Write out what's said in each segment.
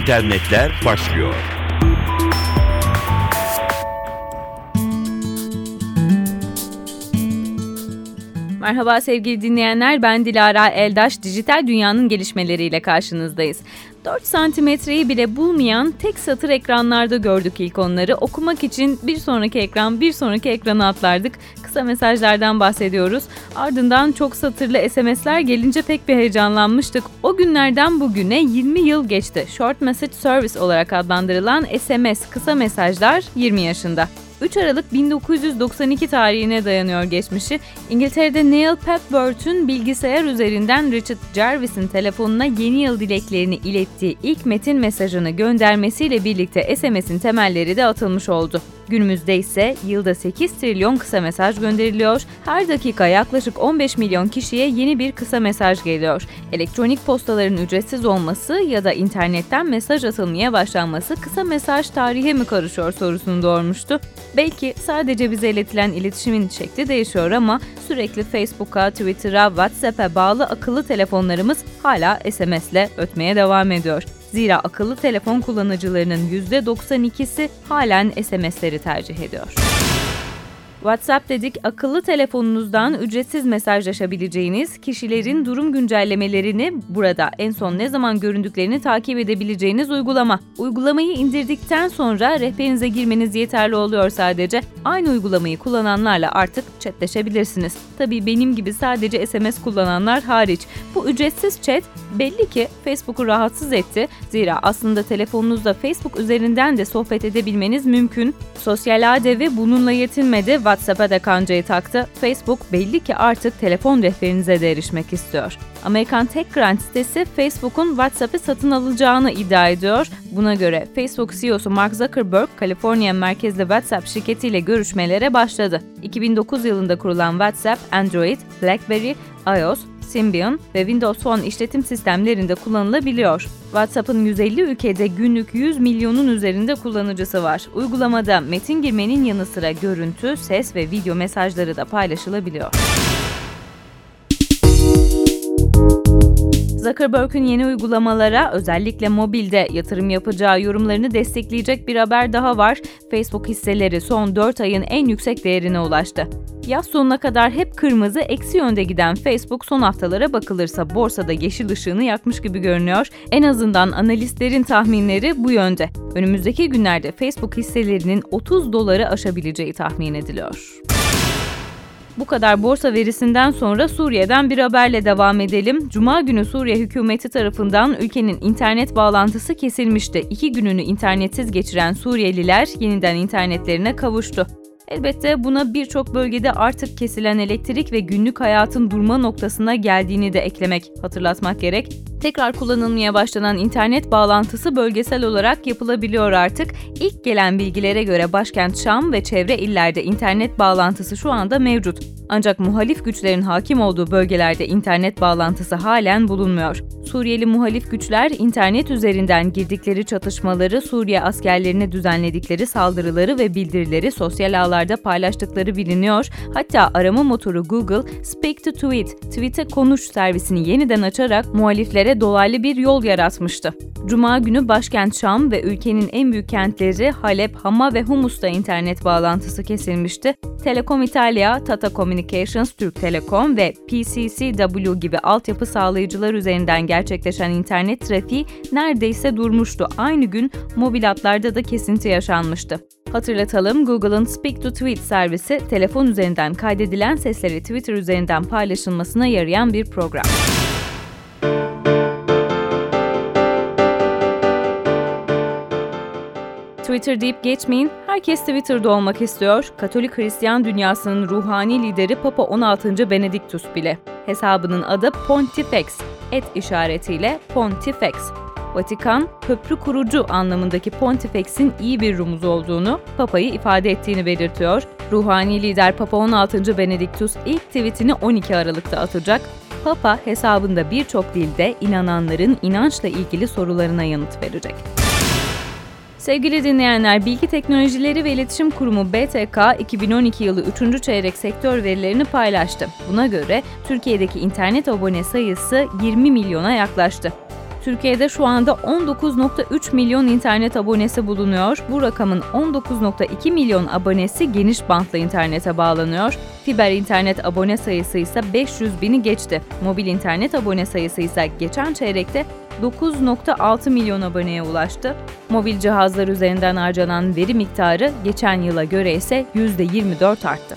internetler başlıyor. Merhaba sevgili dinleyenler, ben Dilara Eldaş. Dijital dünyanın gelişmeleriyle karşınızdayız. 4 santimetreyi bile bulmayan tek satır ekranlarda gördük ilk onları. Okumak için bir sonraki ekrana atlardık. Kısa mesajlardan bahsediyoruz. Ardından çok satırlı SMS'ler gelince pek bir heyecanlanmıştık. O günlerden bugüne 20 yıl geçti. Short Message Service olarak adlandırılan SMS kısa mesajlar 20 yaşında. 3 Aralık 1992 tarihine dayanıyor geçmişi. İngiltere'de Neil Papworth'un bilgisayar üzerinden Richard Jarvis'in telefonuna yeni yıl dileklerini ilettiği ilk metin mesajını göndermesiyle birlikte SMS'in temelleri de atılmış oldu. Günümüzde ise yılda 8 trilyon kısa mesaj gönderiliyor. Her dakika yaklaşık 15 milyon kişiye yeni bir kısa mesaj geliyor. Elektronik postaların ücretsiz olması ya da internetten mesaj atılmaya başlanması kısa mesaj tarihe mi karışıyor sorusunu doğurmuştu. Belki sadece bize iletilen iletişimin şekli değişiyor ama sürekli Facebook'a, Twitter'a, WhatsApp'a bağlı akıllı telefonlarımız hala SMS'le ötmeye devam ediyor. Zira akıllı telefon kullanıcılarının %92'si halen SMS'leri tercih ediyor. WhatsApp dedik, akıllı telefonunuzdan ücretsiz mesajlaşabileceğiniz, kişilerin durum güncellemelerini burada en son ne zaman göründüklerini takip edebileceğiniz uygulama. Uygulamayı indirdikten sonra rehberinize girmeniz yeterli oluyor sadece. Aynı uygulamayı kullananlarla artık chatleşebilirsiniz. Tabii benim gibi sadece SMS kullananlar hariç. Bu ücretsiz chat belli ki Facebook'u rahatsız etti. Zira aslında telefonunuzda Facebook üzerinden de sohbet edebilmeniz mümkün. Sosyal ağ devi bununla yetinmedi. WhatsApp'a da kancayı taktı. Facebook belli ki artık telefon rehberinize de erişmek istiyor. Amerikan TechCrunch sitesi Facebook'un WhatsApp'ı satın alacağını iddia ediyor. Buna göre Facebook CEO'su Mark Zuckerberg, Kaliforniya merkezli WhatsApp şirketiyle görüşmelere başladı. 2009 yılında kurulan WhatsApp, Android, BlackBerry, iOS, Symbian ve Windows Phone işletim sistemlerinde kullanılabiliyor. WhatsApp'ın 150 ülkede günlük 100 milyonun üzerinde kullanıcısı var. Uygulamada metin girmenin yanı sıra görüntü, ses ve video mesajları da paylaşılabiliyor. Zuckerberg'ün yeni uygulamalara, özellikle mobilde yatırım yapacağı yorumlarını destekleyecek bir haber daha var. Facebook hisseleri son 4 ayın en yüksek değerine ulaştı. Yaz sonuna kadar hep kırmızı, eksi yönde giden Facebook son haftalara bakılırsa borsada yeşil ışığını yakmış gibi görünüyor. En azından analistlerin tahminleri bu yönde. Önümüzdeki günlerde Facebook hisselerinin $30 aşabileceği tahmin ediliyor. Bu kadar borsa verisinden sonra Suriye'den bir haberle devam edelim. Cuma günü Suriye hükümeti tarafından ülkenin internet bağlantısı kesilmişti. 2 gününü internetsiz geçiren Suriyeliler yeniden internetlerine kavuştu. Elbette buna birçok bölgede artık kesilen elektrik ve günlük hayatın durma noktasına geldiğini de hatırlatmak gerek. Tekrar kullanılmaya başlanan internet bağlantısı bölgesel olarak yapılabiliyor artık. İlk gelen bilgilere göre başkent Şam ve çevre illerde internet bağlantısı şu anda mevcut. Ancak muhalif güçlerin hakim olduğu bölgelerde internet bağlantısı halen bulunmuyor. Suriyeli muhalif güçler internet üzerinden girdikleri çatışmaları, Suriye askerlerine düzenledikleri saldırıları ve bildirileri sosyal ağlarda paylaştıkları biliniyor. Hatta arama motoru Google, Speak to Tweet, tweet'e konuş servisini yeniden açarak muhaliflere dolaylı bir yol yaratmıştı. Cuma günü başkent Şam ve ülkenin en büyük kentleri Halep, Hama ve Humus'ta internet bağlantısı kesilmişti. Telekom Italia, Tata Communications, Türk Telekom ve PCCW gibi altyapı sağlayıcılar üzerinden gerçekleşen internet trafiği neredeyse durmuştu. Aynı gün mobil hatlarda da kesinti yaşanmıştı. Hatırlatalım, Google'ın Speak to Tweet servisi telefon üzerinden kaydedilen sesleri Twitter üzerinden paylaşılmasına yarayan bir program. Twitter deyip geçmeyin, herkes Twitter'da olmak istiyor. Katolik Hristiyan dünyasının ruhani lideri Papa 16. Benediktus bile. Hesabının adı Pontifex, işaretiyle Pontifex. Vatikan, köprü kurucu anlamındaki Pontifex'in iyi bir rumuz olduğunu, Papa'yı ifade ettiğini belirtiyor. Ruhani lider Papa 16. Benediktus ilk tweetini 12 Aralık'ta atacak. Papa hesabında birçok dilde inananların inançla ilgili sorularına yanıt verecek. Sevgili dinleyenler, Bilgi Teknolojileri ve İletişim Kurumu BTK 2012 yılı 3. çeyrek sektör verilerini paylaştı. Buna göre Türkiye'deki internet abone sayısı 20 milyona yaklaştı. Türkiye'de şu anda 19.3 milyon internet abonesi bulunuyor. Bu rakamın 19.2 milyon abonesi geniş bantlı internete bağlanıyor. Fiber internet abone sayısı ise 500 bini geçti. Mobil internet abone sayısı ise geçen çeyrekte 9.6 milyon aboneye ulaştı. Mobil cihazlar üzerinden harcanan veri miktarı geçen yıla göre ise %24 arttı.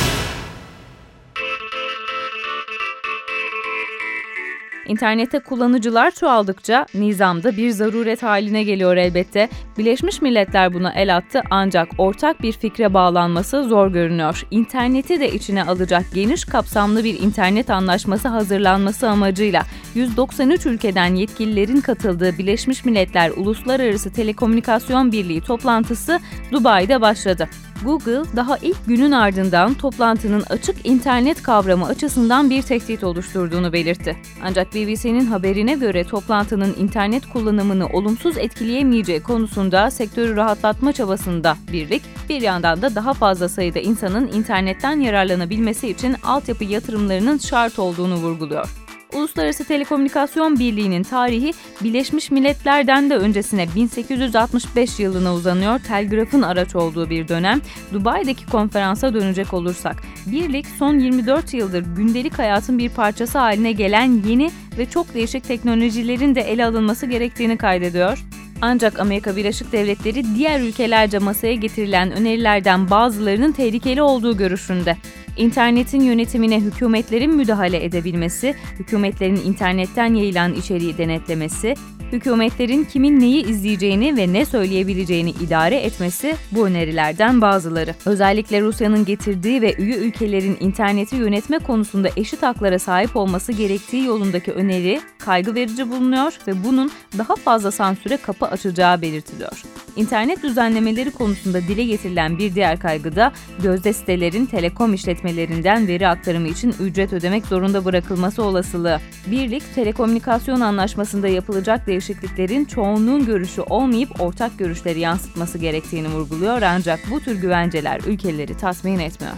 İnternette kullanıcılar çoğaldıkça nizam da bir zaruret haline geliyor elbette. Birleşmiş Milletler buna el attı ancak ortak bir fikre bağlanması zor görünüyor. İnterneti de içine alacak geniş kapsamlı bir internet anlaşması hazırlanması amacıyla 193 ülkeden yetkililerin katıldığı Birleşmiş Milletler Uluslararası Telekomünikasyon Birliği toplantısı Dubai'de başladı. Google daha ilk günün ardından toplantının açık internet kavramı açısından bir tehdit oluşturduğunu belirtti. Ancak BBC'nin haberine göre toplantının internet kullanımını olumsuz etkileyemeyeceği konusunda sektörü rahatlatma çabasında birlik, bir yandan da daha fazla sayıda insanın internetten yararlanabilmesi için altyapı yatırımlarının şart olduğunu vurguluyor. Uluslararası Telekomünikasyon Birliği'nin tarihi Birleşmiş Milletler'den de öncesine 1865 yılına uzanıyor, telgrafın araç olduğu bir dönem. Dubai'deki konferansa dönecek olursak, birlik son 24 yıldır gündelik hayatın bir parçası haline gelen yeni ve çok değişik teknolojilerin de ele alınması gerektiğini kaydediyor. Ancak Amerika Birleşik Devletleri diğer ülkelerce masaya getirilen önerilerden bazılarının tehlikeli olduğu görüşünde. İnternetin yönetimine hükümetlerin müdahale edebilmesi, hükümetlerin internetten yayılan içeriği denetlemesi, hükümetlerin kimin neyi izleyeceğini ve ne söyleyebileceğini idare etmesi bu önerilerden bazıları. Özellikle Rusya'nın getirdiği ve üye ülkelerin interneti yönetme konusunda eşit haklara sahip olması gerektiği yolundaki öneri kaygı verici bulunuyor ve bunun daha fazla sansüre kapı açacağı belirtiliyor. İnternet düzenlemeleri konusunda dile getirilen bir diğer kaygı da gözde sitelerin telekom işletmelerinden veri aktarımı için ücret ödemek zorunda bırakılması olasılığı. Birlik, telekomünikasyon anlaşmasında yapılacak değişikliklerin çoğunluğun görüşü olmayıp ortak görüşleri yansıtması gerektiğini vurguluyor ancak bu tür güvenceler ülkeleri tatmin etmiyor.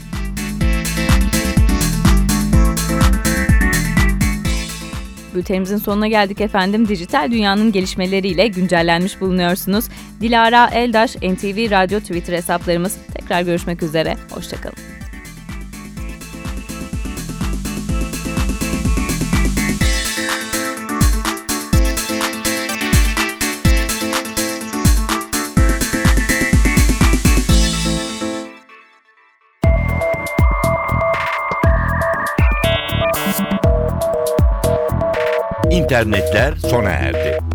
Bültenimizin sonuna geldik efendim. Dijital dünyanın gelişmeleriyle güncellenmiş bulunuyorsunuz. Dilara Eldaş, NTV Radyo Twitter hesaplarımız. Tekrar görüşmek üzere. Hoşçakalın. İnternetler sona erdi.